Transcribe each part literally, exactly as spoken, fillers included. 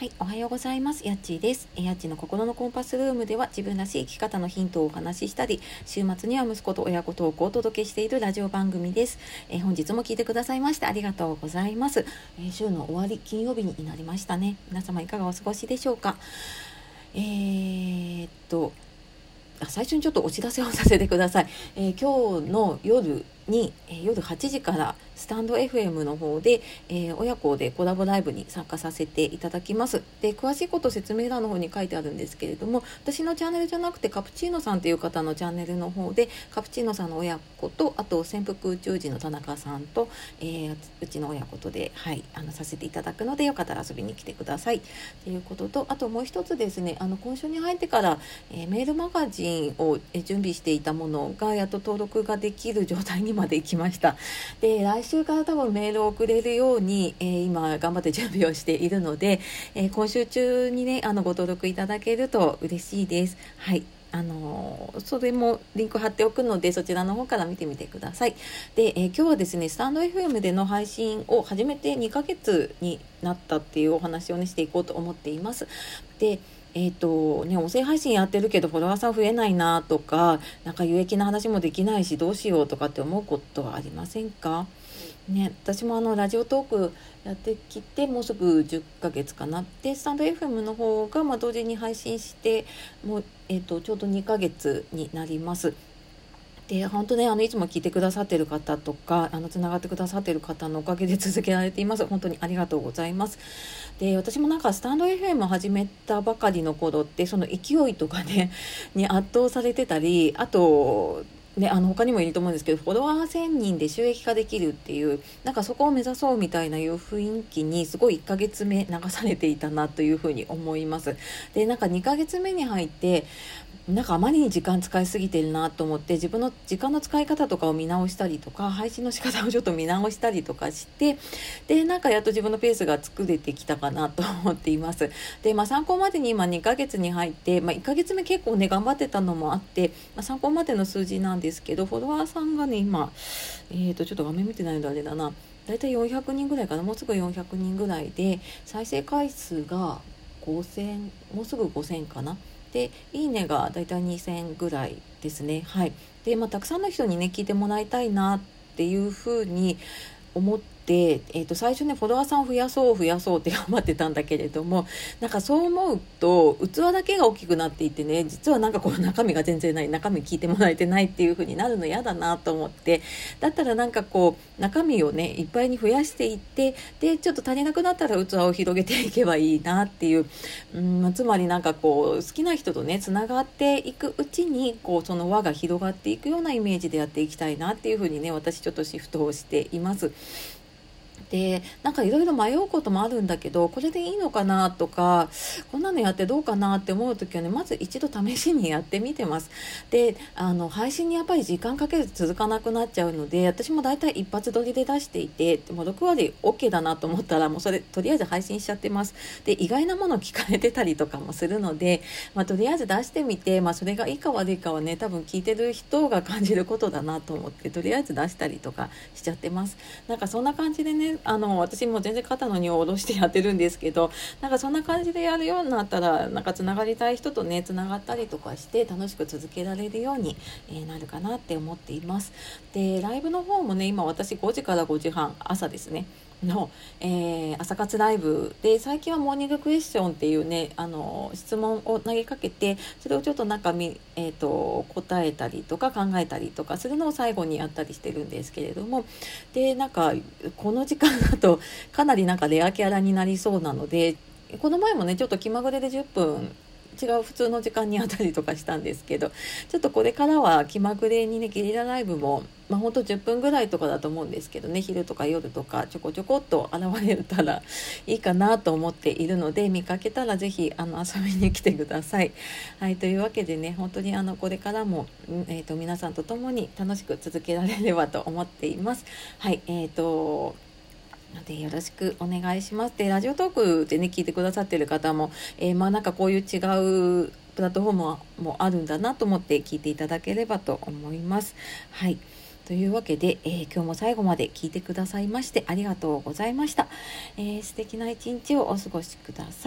はい、おはようございます。やっちーです。えやっちの心のコンパスルームでは自分らしい生き方のヒントをお話ししたり、週末には息子と親子トークをお届けしているラジオ番組です。え本日も聞いてくださいましてありがとうございます。え週の終わり、金曜日になりましたね。皆様いかがお過ごしでしょうか。えー、っとあ最初にちょっとお知らせをさせてください。えー、今日の夜に、えー、夜はちじからスタンド エフエム の方で、えー、親子でコラボライブに参加させていただきます。で、詳しいこと説明欄の方に書いてあるんですけれども、私のチャンネルじゃなくてカプチーノさんという方のチャンネルの方で、カプチーノさんの親子と、あと潜伏宇宙人の田中さんと、えー、うちの親子とで、はい、あのさせていただくので、よかったら遊びに来てくださいということと、あともう一つですね、あの今週に入ってから、えー、メールマガジンを準備していたものがやっと登録ができる状態にまで行きました。で、来週から多分メールを送れるように、えー、今頑張って準備をしているので、えー、今週中にねあのご登録いただけると嬉しいです。はい、あのー、それもリンク貼っておくのでそちらの方から見てみてください。で、えー、今日はですねスタンド エフエム での配信を始めてにかげつになったっていうお話をねしていこうと思っています。でえーとね、音声配信やってるけどフォロワーさん増えないなとか、なんか有益な話もできないしどうしようとかって思うことはありませんかね。私もあのラジオトークやってきてもうすぐじゅっかげつかな。でスタンド エフエム の方がまあ同時に配信してもう、えーとちょうどにかげつになります。で本当ねあのいつも聞いてくださっている方とかあのつながってくださっている方のおかげで続けられています。本当にありがとうございます。で私もなんかスタンド エフエム 始めたばかりの頃ってその勢いとかねに圧倒されてたり、あとね、あの他にもいると思うんですけどフォロワーせんにんで収益化できるっていうなんかそこを目指そうみたいないう雰囲気にすごいいっかげつめ流されていたなというふうに思います。でなんかにかげつめに入ってなんかあまりに時間使いすぎてるなと思って自分の時間の使い方とかを見直したりとか配信の仕方をちょっと見直したりとかしてでなんかやっと自分のペースが作れてきたかなと思っています。で、まあ、参考までに今にかげつに入って、まあ、いっかげつめ結構ね頑張ってたのもあって、まあ、参考までの数字なんですけどフォロワーさんがね今、えー、とちょっと画面見てないのであれだなだいたいよんひゃくにんぐらいかなもうすぐよんひゃくにんぐらいで再生回数がごせんもうすぐごせんかな。でいいねがだいたいにせんぐらいですね。はい。で、まあ、たくさんの人にね聞いてもらいたいなっていうふうに思って、えー、と最初ねフォロワーさんを増やそう増やそうって頑張ってたんだけれどもなんかそう思うと器だけが大きくなっていってね実はなんかこう中身が全然ない中身聞いてもらえてないっていう風になるの嫌だなと思ってだったらなんかこう中身をねいっぱいに増やしていってでちょっと足りなくなったら器を広げていけばいいなっていう、うん、つまりなんかこう好きな人とねつながっていくうちにこうその輪が広がっていくようなイメージでやっていきたいなっていう風にね私ちょっとシフトをしています。でなんかいろいろ迷うこともあるんだけどこれでいいのかなとかこんなのやってどうかなって思う時はねまず一度試しにやってみてます。であの配信にやっぱり時間かけず続かなくなっちゃうので私もだいたい一発撮りで出していてもうろくわり OK だなと思ったらもうそれとりあえず配信しちゃってます。で意外なもの聞かれてたりとかもするので、まあ、とりあえず出してみて、まあ、それがいいか悪いかはね多分聞いてる人が感じることだなと思ってとりあえず出したりとかしちゃってます。なんかそんな感じでねあの私も全然肩の荷を下ろしてやってるんですけどなんかそんな感じでやるようになったらなんかつながりたい人とねつながったりとかして楽しく続けられるように、えー、なるかなって思っています。でライブの方もね今私ごじからごじはん朝ですねの、えー、朝活ライブで最近はモーニングクエスチョンっていうねあの質問を投げかけてそれをちょっと中身、えー、と答えたりとか考えたりとかするのを最後にやったりしてるんですけれどもでなんかこの時間だとかなりなんかレアキャラになりそうなのでこの前もねちょっと気まぐれでじゅっぷん違う普通の時間にあったりとかしたんですけどちょっとこれからは気まぐれにねゲリラライブもまあほんとじゅっぷんぐらいとかだと思うんですけどね昼とか夜とかちょこちょこっと現れたらいいかなと思っているので見かけたらぜひあの遊びに来てください。はいというわけでね本当にあのこれからも、えー、と皆さんと共に楽しく続けられればと思っています。はいえーとのでよろしくお願いします。でラジオトークでね聞いてくださっている方も、えー、まあなんかこういう違うプラットフォームもあるんだなと思って聞いていただければと思います。はいというわけで、えー、今日も最後まで聞いてくださいましてありがとうございました。えー、素敵な一日をお過ごしください。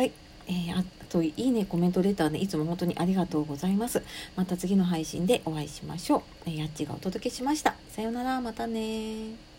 えー、あといいね、コメント、レターね、いつも本当にありがとうございます。また次の配信でお会いしましょう。えー、やっちがお届けしました。さようなら、またね。